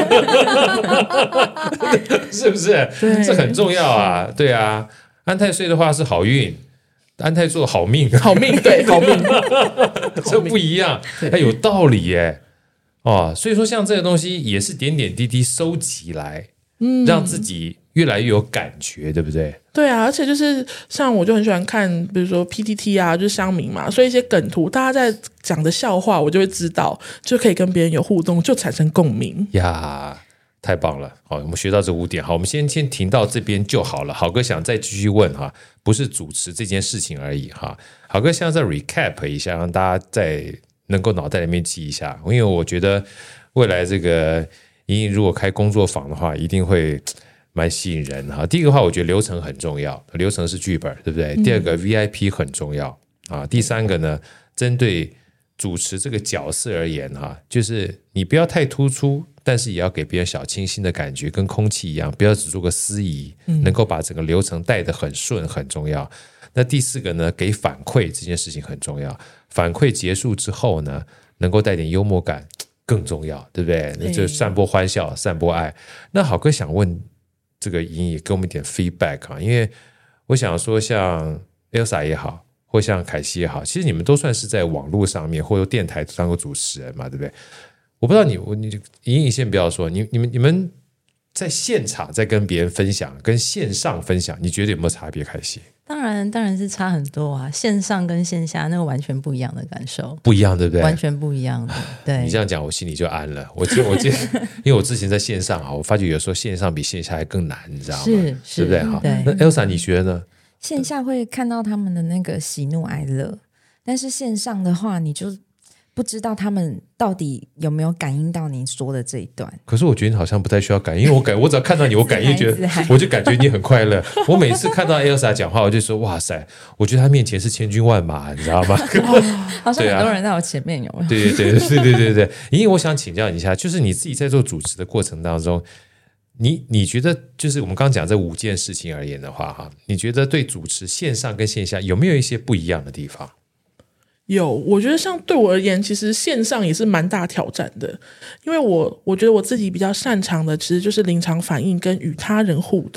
A: 是不是？这很重要啊，对啊，安太岁的话是好运。安太座好命，
C: 好命，对，好命，
A: 这不一样，哎，有道理耶，哦，所以说像这个东西也是点点滴滴收集来，嗯，让自己越来越有感觉，对不对？
C: 对啊，而且就是像我就很喜欢看，比如说 P T T 啊，就是乡民嘛，所以一些梗图，大家在讲的笑话，我就会知道，就可以跟别人有互动，就产生共鸣
A: 呀。太棒了，好，我们学到这五点，好，我们先先停到这边就好了。好哥想再继续问哈，不是主持这件事情而已哈。好哥现在再 recap 一下，让大家再能够脑袋里面记一下，因为我觉得未来这个莹莹如果开工作坊的话，一定会蛮吸引人哈。第一个话，我觉得流程很重要，流程是剧本，对不对？嗯、第二个 V I P 很重要啊。第三个呢，针对主持这个角色而言哈，就是你不要太突出。但是也要给别人小清新的感觉，跟空气一样，不要只做个司仪，嗯、能够把整个流程带得很顺很重要。那第四个呢，给反馈这件事情很重要。反馈结束之后呢，能够带点幽默感更重要，对不对？那就散播欢笑，散播爱。那好哥想问这个莹莹给我们一点 feedback 啊，因为我想说像 Elsa 也好，或像凯西也好，其实你们都算是在网络上面或者电台当过主持人嘛，对不对？我不知道你，你莹莹先不要说，你你们你们在现场在跟别人分享，跟线上分享，你觉得有没有差别？凯西，
D: 当然当然是差很多啊，线上跟线下那个完全不一样的感受，
A: 不一样，对不对？
D: 完全不一样的。对，
A: 你这样讲，我心里就安了。我记我记，因为我之前在线上啊，我发觉有时候线上比线下还更难，你知道吗？
D: 是，是
A: 对不对？好，那 Elsa 你觉得呢？
B: 线下会看到他们的那个喜怒哀乐，但是线上的话，你就不知道他们到底有没有感应到你说的这一段。
A: 可是我觉得你好像不太需要感应，因为我感我只要看到你，我感应觉得我就感觉你很快乐。我每次看到 Elsa 讲话，我就说哇塞，我觉得他面前是千军万马，你知道吗？
B: 好像很多人在我前面有没有？
A: 对对对对对对对。因为我想请教你一下，就是你自己在做主持的过程当中，你你觉得就是我们刚刚讲这五件事情而言的话哈，你觉得对主持线上跟线下有没有一些不一样的地方？
C: 有，我觉得像对我而言，其实线上也是蛮大挑战的，因为我我觉得我自己比较擅长的，其实就是临场反应跟与他人互动。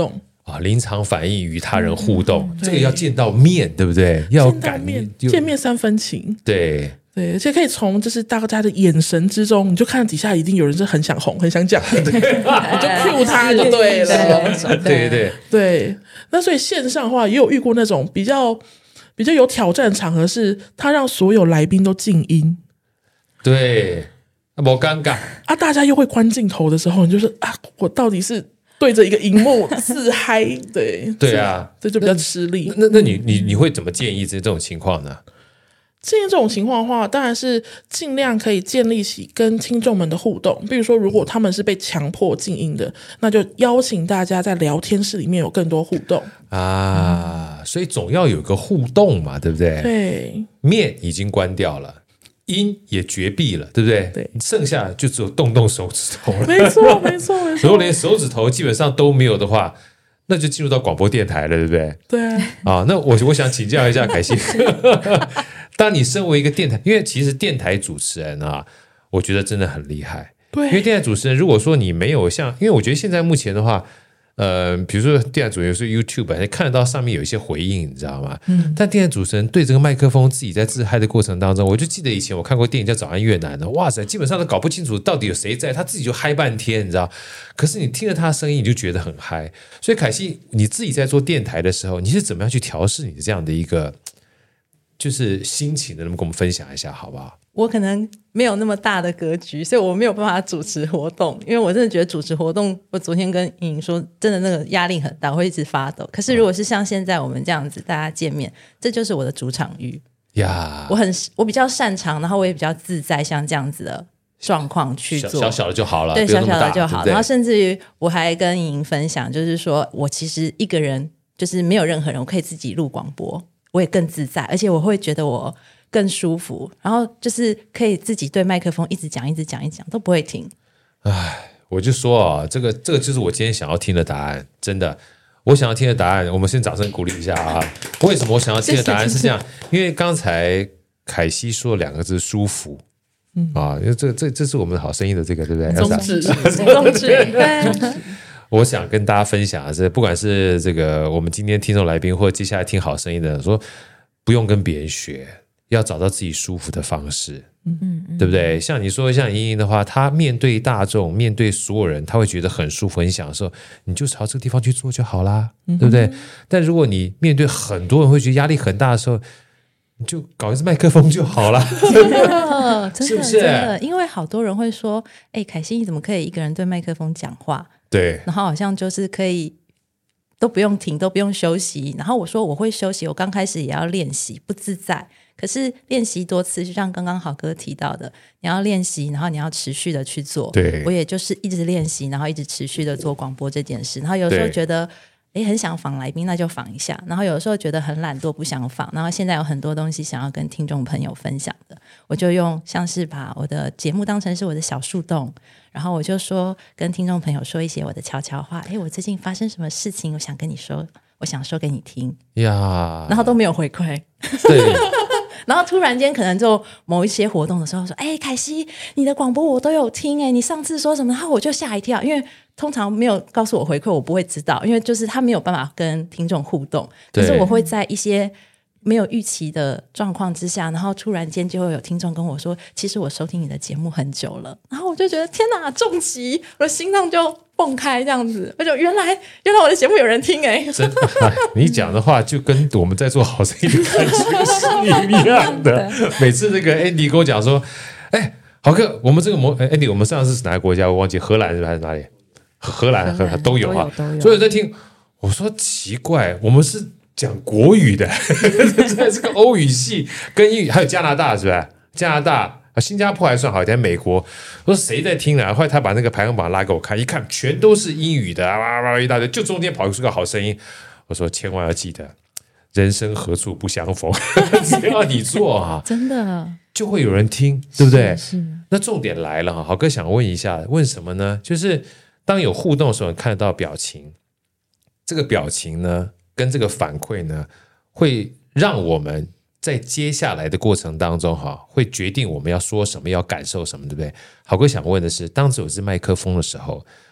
A: 啊，临场反应与他人互动，嗯、这个要见到面，对不对？要感
C: 面，见面三分情，
A: 对。
C: 对，而且可以从就是大家的眼神之中，你就看底下一定有人是很想红、很想讲的，你就 cue 他就对了。
A: 对对
C: 对，那所以线上的话也有遇过那种比较比较有挑战的场合，是他让所有来宾都静音，
A: 对，那么尴尬
C: 啊，大家又会关镜头的时候，你就是啊，我到底是对着一个荧幕自嗨，对
A: 对啊，
C: 这就比较吃力。
A: 那那你你你会怎么建议这这种情况呢？
C: 建议这种情况的话，当然是尽量可以建立起跟听众们的互动。比如说，如果他们是被强迫静音的，那就邀请大家在聊天室里面有更多互动
A: 啊。所以总要有个互动嘛，对不对？
C: 对，
A: 面已经关掉了，音也绝闭了，对不对？
C: 对，
A: 剩下就只有动动手指头了。
C: 没错，没错，没错。
A: 如果连手指头基本上都没有的话，那就进入到广播电台了，对不对？
C: 对
A: 啊，那我我想请教一下凯西。当你身为一个电台，因为其实电台主持人啊，我觉得真的很厉害。
C: 对，
A: 因为电台主持人，如果说你没有像，因为我觉得现在目前的话，呃，比如说电台主持人有时候 YouTube 你看得到上面有一些回应，你知道吗？嗯。但电台主持人对这个麦克风自己在自嗨的过程当中，我就记得以前我看过电影叫《早安越南》的，哇塞，基本上都搞不清楚到底有谁在，他自己就嗨半天，你知道？可是你听了他的声音，你就觉得很嗨。所以凯西，你自己在做电台的时候，你是怎么样去调试你的这样的一个？就是心情的，能不能跟我们分享一下好不好？
D: 我可能没有那么大的格局，所以我没有办法主持活动，因为我真的觉得主持活动，我昨天跟莹莹说，真的那个压力很大，我会一直发抖。可是如果是像现在我们这样子大家见面，这就是我的主场域呀。我很我比较擅长，然后我也比较自在，像这样子的状况去做，
A: 小小的就好了，
D: 对，小小的就好。
A: 对对，
D: 然后甚至于我还跟莹莹分享，就是说我其实一个人就是没有任何人，我可以自己录广播。我也更自在，而且我会觉得我更舒服，然后就是可以自己对麦克风一直讲一直讲一直讲都不会停。
A: 唉，我就说啊，这个这个就是我今天想要听的答案，真的，我想要听的答案，我们先掌声鼓励一下啊！为什么我想要听的答案是这样？谢谢，因为刚才凯西说两个字舒服，嗯啊，因为这这这是我们好声音的这个对不对？
C: 宗旨，
D: 宗旨，对。
A: 我想跟大家分享的是，不管是这个我们今天听众来宾，或者接下来听好声音的人，说不用跟别人学，要找到自己舒服的方式，嗯嗯，对不对？像你说像莹莹的话，她面对大众，面对所有人，她会觉得很舒服、很享受，你就朝这个地方去做就好啦，嗯、对不对？但如果你面对很多人会觉得压力很大的时候，你就搞一支麦克风就好了，
D: 真的，
A: 是不是？
D: 真的，因为好多人会说，哎，凯西你怎么可以一个人对麦克风讲话？
A: 对，
D: 然后好像就是可以都不用停，都不用休息。然后我说我会休息，我刚开始也要练习，不自在。可是练习多次，就像刚刚好哥提到的，你要练习，然后你要持续的去做。
A: 对，
D: 我也就是一直练习，然后一直持续的做广播这件事。然后有时候觉得诶很想访来宾，那就访一下。然后有时候觉得很懒惰，不想访。然后现在有很多东西想要跟听众朋友分享的，我就用像是把我的节目当成是我的小树洞，然后我就说跟听众朋友说一些我的悄悄话。诶，我最近发生什么事情，我想跟你说，我想说给你听呀。然后都没有回馈。
A: 对。
D: 然后突然间可能就某一些活动的时候说，哎，凯西你的广播我都有听，哎，你上次说什么，然后我就吓一跳，因为通常没有告诉我回馈我不会知道，因为就是他没有办法跟听众互动，可是我会在一些没有预期的状况之下，然后突然间就会有听众跟我说，其实我收听你的节目很久了，然后我就觉得天哪，重击，我的心脏就蹦开这样子，我就原来原来我的节目有人听哎、欸，
A: 真的，你讲的话就跟我们在做好声音的感觉是一样的。每次那个 Andy 跟我讲说，哎，好哥，我们这个模 Andy， 我们上次是哪个国家？我忘记，荷兰是还是哪里？荷兰荷兰都有啊，
B: 都有都有
A: 所以我在听，我说奇怪，我们是讲国语的，在这个欧语系跟英语，还有加拿大是吧？加拿大。新加坡还算好一点，美国我说谁在听啊？后来他把那个排行榜拉给我看，一看全都是英语的，哇哇一大堆，就中间跑出个好声音。我说千万要记得，人生何处不相逢，只要你做啊，
D: 真的
A: 就会有人听，对不对？
B: 是是。
A: 那重点来了，好哥想问一下，问什么呢？就是当有互动的时候，你看得到表情，这个表情呢，跟这个反馈呢，会让我们在接下来的过程当中哈，会决定我们要说什么，要感受什么，对不对？好哥想问的是，当只有支麦克风的时候，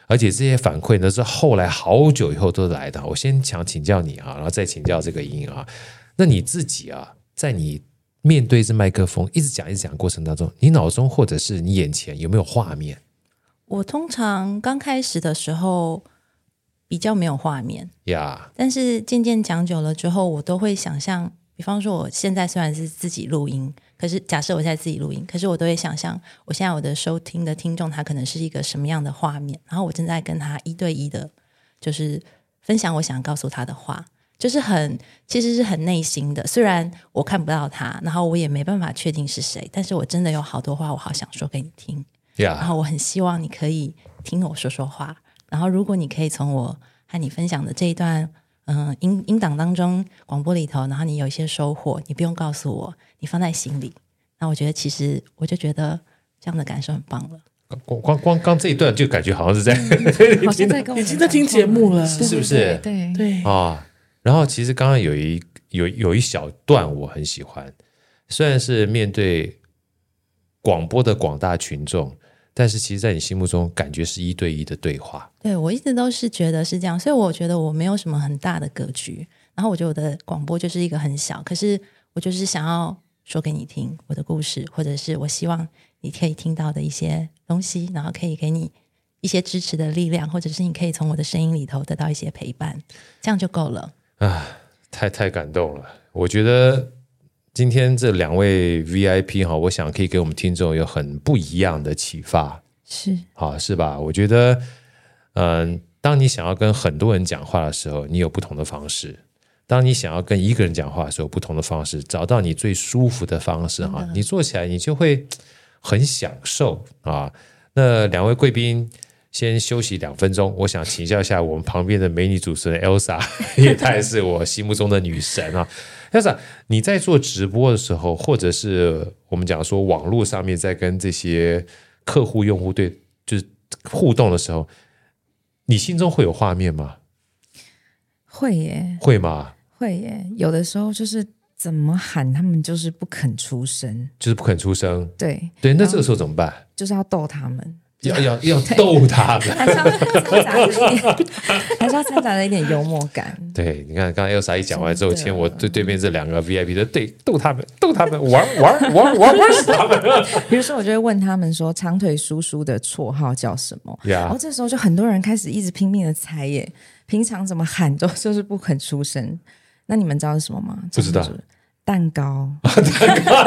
A: 而且这些反馈呢是后来好久以后都来的。我先想请教你啊，然后再请教这个莹莹啊。那你自己啊，在你面对这麦克风一直讲一直讲过程当中，你脑中或者是你眼前有没有画面？
D: 我通常刚开始的时候比较没有画面
A: 呀、yeah.
D: 但是渐渐讲久了之后，我都会想象，比方说我现在虽然是自己录音，可是假设我现在自己录音，可是我都会想象我现在我的收听的听众他可能是一个什么样的画面，然后我正在跟他一对一的就是分享我想告诉他的话，就是很其实是很内心的，虽然我看不到他，然后我也没办法确定是谁，但是我真的有好多话我好想说给你听、
A: yeah.
D: 然后我很希望你可以听我说说话，然后如果你可以从我和你分享的这一段嗯音音档当中广播里头，然后你有一些收获，你不用告诉我，你放在心里，那我觉得其实我就觉得这样的感受很棒了。
A: 光光光刚这一段就感觉好像是在、
B: 嗯、好像在跟我
C: 已经在听节目了，
A: 是不是？
B: 对
C: 对
A: 啊。然后其实刚刚有一有有一小段我很喜欢，虽然是面对广播的广大群众，但是其实在你心目中感觉是一对一的对话。
D: 对，我一直都是觉得是这样，所以我觉得我没有什么很大的格局，然后我觉得我的广播就是一个很小，可是我就是想要说给你听我的故事，或者是我希望你可以听到的一些东西，然后可以给你一些支持的力量，或者是你可以从我的声音里头得到一些陪伴，这样就够了
A: 啊，太太感动了。我觉得今天这两位 V I P 哈，我想可以给我们听众有很不一样的启发，
B: 是
A: 好是吧？我觉得嗯，当你想要跟很多人讲话的时候，你有不同的方式，当你想要跟一个人讲话的时候，不同的方式，找到你最舒服的方式哈，你做起来你就会很享受啊。那两位贵宾先休息两分钟，我想请教一下我们旁边的美女主持人 Elsa， 因为她也是我心目中的女神啊。Elsa， 你在做直播的时候，或者是我们讲说网络上面在跟这些客户用户对就是互动的时候，你心中会有画面吗？
B: 会耶，
A: 会吗？
B: 会耶，有的时候就是怎么喊他们就是不肯出声，
A: 就是不肯出声。
B: 对
A: 对，那这个时候怎么办？
B: 就是要逗他们。
A: 要要要逗他们，
B: 还是要掺杂着一点，还是要掺杂着一点幽默感。
A: 对，你看刚刚 Elsa 一讲完之后，牵我对对面这两个 V I P 的，对，逗他们，逗他们，玩玩玩玩玩死他们。
B: 比如说，我就会问他们说，长腿叔叔的绰号叫什么？
A: Yeah.
B: 然后这时候就很多人开始一直拼命的猜耶，平常怎么喊都就是不肯出声。那你们知道是什么吗？
A: 不知道。
B: 蛋糕。
D: 蛋糕。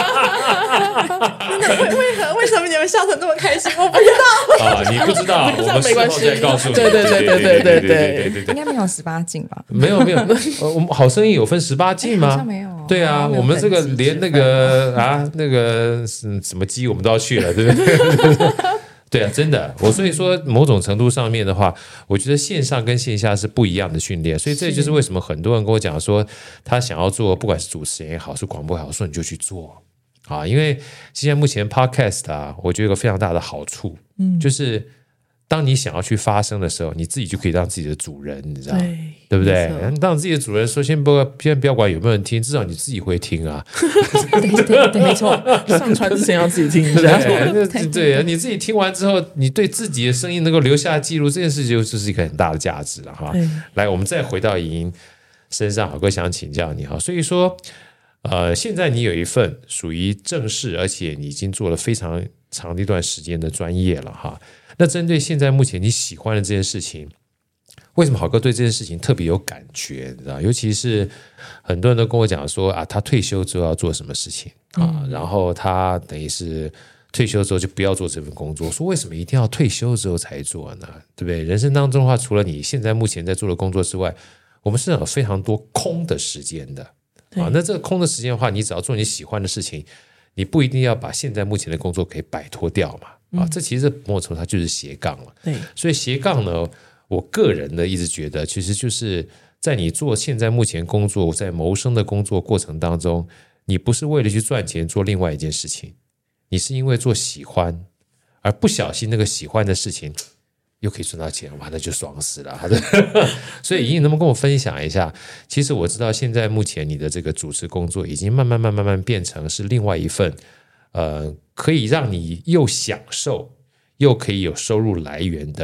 D: 为为何为什么你们笑得那么开心？我不知道
A: 啊，你不知道，我们事后再告诉你。
C: 对对对对对对对
B: 对，应该没有十八禁吧？
A: 没有没有，我们好声音有分十八禁吗？
B: 好像没有。
A: 对啊，我们这个连那个啊那个是什么鸡我们都要去了，对不对？对啊，真的，我所以说某种程度上面的话，我觉得线上跟线下是不一样的训练，所以这就是为什么很多人跟我讲说，他想要做，不管是主持人也好，是广播也好，说你就去做啊，因为现在目前 podcast 啊，我觉得有个非常大的好处，嗯，就是当你想要去发声的时候，你自己就可以当自己的主人，你知道，对, 对不对？当自己的主人说，先不先不要管有没有人听，至少你自己会听啊。
B: 对对对，没错。
C: 上传之前要自己听一下。
A: 对, 对, 对，你自己听完之后，你对自己的声音能够留下记录，这件事情就是一个很大的价值了哈。来，我们再回到莹莹身上，好哥想请教你哈。所以说，呃，现在你有一份属于正式，而且你已经做了非常长的一段时间的专业了哈。那针对现在目前你喜欢的这件事情，为什么好哥对这件事情特别有感觉？你知道，尤其是很多人都跟我讲说啊，他退休之后要做什么事情啊，然后他等于是退休之后就不要做这份工作。说为什么一定要退休之后才做呢？对不对？人生当中的话，除了你现在目前在做的工作之外，我们是有非常多空的时间的啊。那这个空的时间的话，你只要做你喜欢的事情，你不一定要把现在目前的工作给摆脱掉嘛。啊，这其实某种程度它就是斜杠了。
C: 对，
A: 所以斜杠呢，我个人呢一直觉得，其实就是在你做现在目前工作，在谋生的工作过程当中，你不是为了去赚钱做另外一件事情，你是因为做喜欢，而不小心那个喜欢的事情又可以赚到钱，哇，那就爽死了。所以莹莹能不能跟我分享一下？其实我知道现在目前你的这个主持工作已经慢慢慢慢慢变成是另外一份。呃，可以让你又享受又可以有收入来源的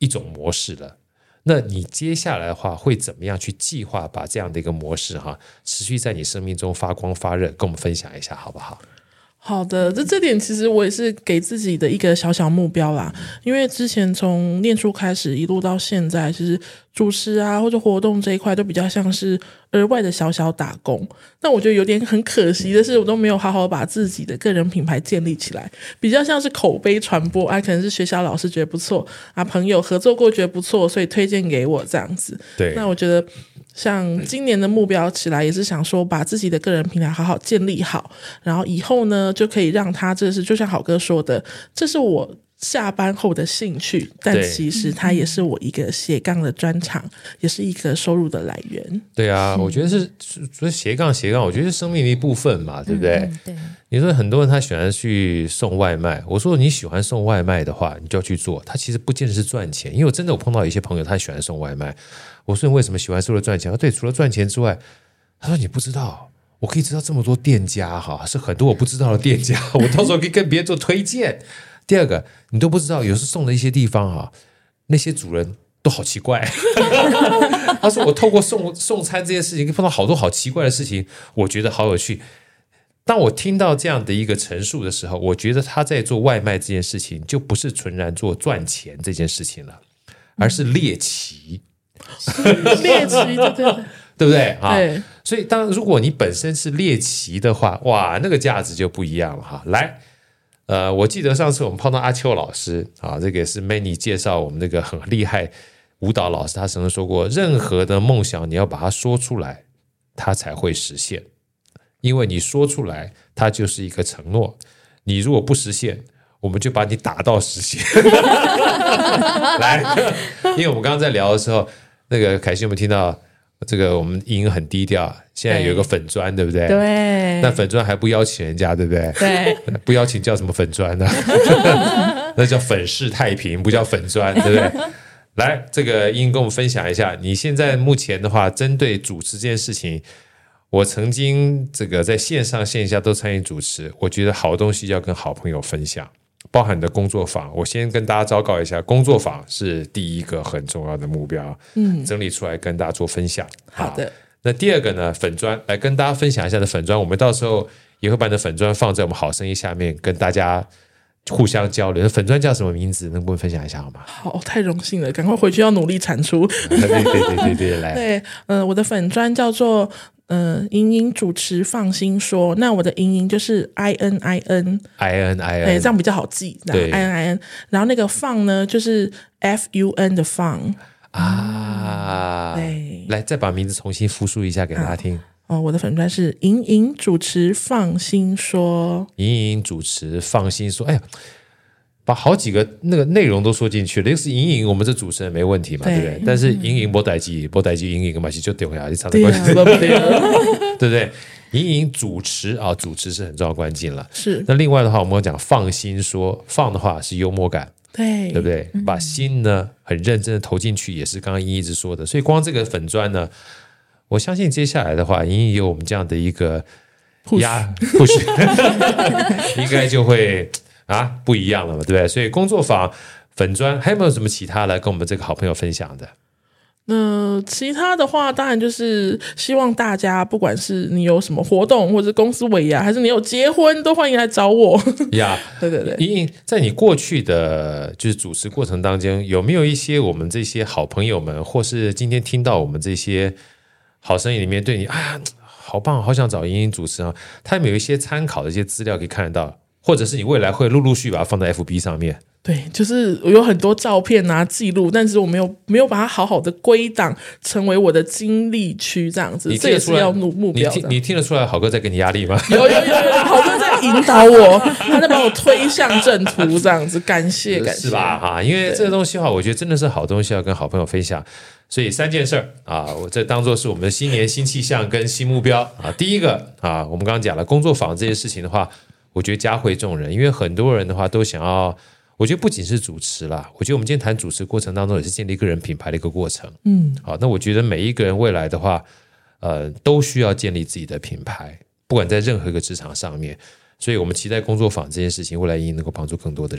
A: 一种模式了。那你接下来的话会怎么样去计划把这样的一个模式哈持续在你生命中发光发热，跟我们分享一下好不好？
C: 好的，这这点其实我也是给自己的一个小小目标啦。因为之前从念书开始一路到现在，其实主持啊或者活动这一块都比较像是额外的小小打工。那我觉得有点很可惜的是，我都没有好好把自己的个人品牌建立起来，比较像是口碑传播啊，可能是学校老师觉得不错啊，朋友合作过觉得不错，所以推荐给我这样子。
A: 对，
C: 那我觉得像今年的目标起来也是想说把自己的个人品牌好好建立好，然后以后呢就可以让他这是就像好哥说的，这是我下班后的兴趣，但其实它也是我一个斜杠的专长，也是一个收入的来源。
A: 对啊，我觉得是所以斜杠斜杠我觉得是生命的一部分嘛，对不对？
B: 嗯嗯、对。
A: 你说很多人他喜欢去送外卖，我说你喜欢送外卖的话你就要去做，他其实不见得是赚钱。因为我真的有碰到一些朋友他喜欢送外卖，我说你为什么喜欢除了赚钱？对，除了赚钱之外，他说你不知道我可以知道这么多店家哈，是很多我不知道的店家，我到时候可以跟别人做推荐。第二个，你都不知道有时送的一些地方啊，那些主人都好奇怪。他说我透过送送餐这件事情碰到好多好奇怪的事情，我觉得好有趣。当我听到这样的一个陈述的时候，我觉得他在做外卖这件事情就不是纯然做赚钱这件事情了，而是猎奇。
C: 猎奇，对对对，
A: 对不对啊？
C: 对。
A: 所以当如果你本身是猎奇的话，哇，那个价值就不一样了哈。来。呃，我记得上次我们碰到阿秋老师啊，这个也是 Manny 介绍我们那个很厉害舞蹈老师，他曾经说过，任何的梦想你要把它说出来，它才会实现。因为你说出来，它就是一个承诺。你如果不实现，我们就把你打到实现。来，因为我们刚刚在聊的时候，那个凯西有没有听到？这个我们音很低调，现在有一个粉专，对不对？
D: 对。
A: 那粉专还不邀请人家，对不对？
D: 对。
A: 不邀请叫什么粉专呢？那叫粉饰太平，不叫粉专，对不对？来，这个音跟我们分享一下，你现在目前的话，针对主持这件事情，我曾经这个在线上线下都参与主持，我觉得好东西要跟好朋友分享。包含你的工作坊，我先跟大家昭告一下，工作坊是第一个很重要的目标，嗯，整理出来跟大家做分享。
C: 好的，
A: 那第二个呢，粉专来跟大家分享一下的粉专，我们到时候也会把你的粉专放在我们好声音下面，跟大家互相交流。粉专叫什么名字？能不能分享一下好吗？
C: 好，太荣幸了，赶快回去要努力产出。
A: 对对对对对，来，
C: 对，呃，我的粉专叫做。呃，莹莹主持放心说，那我的莹莹就是 I N I N
A: I N I N，
C: 对，这样比较好记。
A: 对
C: ，I N I N， 然后那个放呢，就是 F U N 的放
A: 啊。对，来再把名字重新复述一下给大家听。
C: 哦，我的粉专是莹莹主持放心说，
A: 莹莹主持放心说，哎呀。把好几个那个内容都说进去了，一个是莹莹，我们这主持人没问题嘛， 对, 对不对？但是莹莹没代志，没代志，莹莹嘛是就丢下去，差点关系，对不对？莹莹主持啊，主持是很重要关键了。
C: 是。
A: 那另外的话，我们讲放心说，放的话是幽默感，
C: 对，
A: 对不对？嗯、把心呢很认真的投进去，也是刚刚莹莹一直说的。所以光这个粉专呢，我相信接下来的话，莹莹有我们这样的一个压 push， 应该就会。啊，不一样了嘛，对不对？所以工作坊、粉专还有没有什么其他来跟我们这个好朋友分享的？
C: 那其他的话，当然就是希望大家，不管是你有什么活动，或者公司尾牙，还是你有结婚，都欢迎来找我。
A: 呀，
C: 对对对。
A: 莹莹，在你过去的就是主持过程当中，有没有一些我们这些好朋友们，或是今天听到我们这些好声音里面对你，哎呀，好棒，好想找莹莹主持啊？他们有一些参考的一些资料可以看得到。或者是你未来会陆陆续把它放在 F B 上面，
C: 对，就是我有很多照片啊记录，但是我没有没有把它好好的归档成为我的经历区这样子，这也是要目目标的。
A: 你听你听得出来好哥在给你压力吗？
C: 有有有有，好哥在引导我，他在把我推向正途这样子，感谢感谢，
A: 是吧？哈，因为这个东西的话，我觉得真的是好东西，要跟好朋友分享。所以三件事儿啊，我这当做是我们的新年新气象跟新目标啊。第一个啊，我们刚刚讲了工作坊这些事情的话。我觉得嘉惠众人，因为很多人的话都想要，我觉得不仅是主持啦，我觉得我们今天谈主持过程当中也是建立个人品牌的一个过程。嗯，好，那我觉得每一个人未来的话，呃，都需要建立自己的品牌，不管在任何一个职场上面。所以我们期待工作坊这件事情，未来也能够帮助更多的人。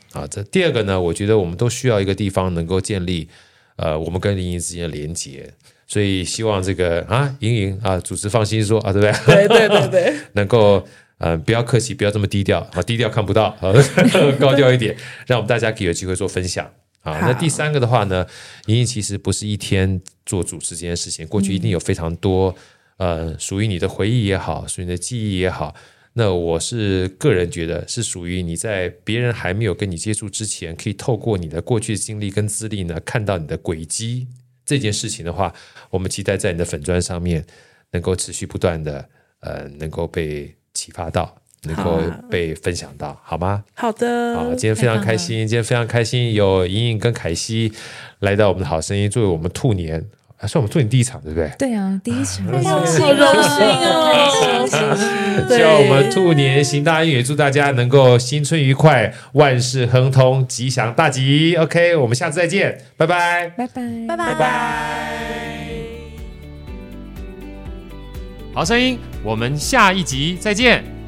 A: 啊。这第二个呢，我觉得我们都需要一个地方能够建立呃我们跟莹莹之间的连结，所以希望这个啊莹莹啊主持放心说啊，对不对？
C: 对对对对，
A: 能够呃不要客气，不要这么低调啊，低调看不到啊，高调一点，让我们大家可以有机会做分享。啊，那第三个的话呢，莹莹其实不是一天做主持这件事情，过去一定有非常多、嗯、呃属于你的回忆也好，属于你的记忆也好。那我是个人觉得是属于你在别人还没有跟你接触之前，可以透过你的过去的经历跟资历呢，看到你的轨迹。这件事情的话，我们期待在你的粉专上面能够持续不断的呃，能够被启发到。能够被分享到，好吗？
C: 好的，
A: 好，今天非常开心，今天非常开心，有莹莹跟凯西来到我们的好声音，作为我们兔年，还算我们兔年第一场，对不对？
B: 对啊，第一场，
C: 好荣幸哦！
A: 希望我们兔年行大运，也祝大家能够新春愉快，万事亨通，吉祥大吉。OK， 我们下次再见，拜拜，
B: 拜拜，
D: 拜拜
A: 拜拜。好声音，我们下一集再见。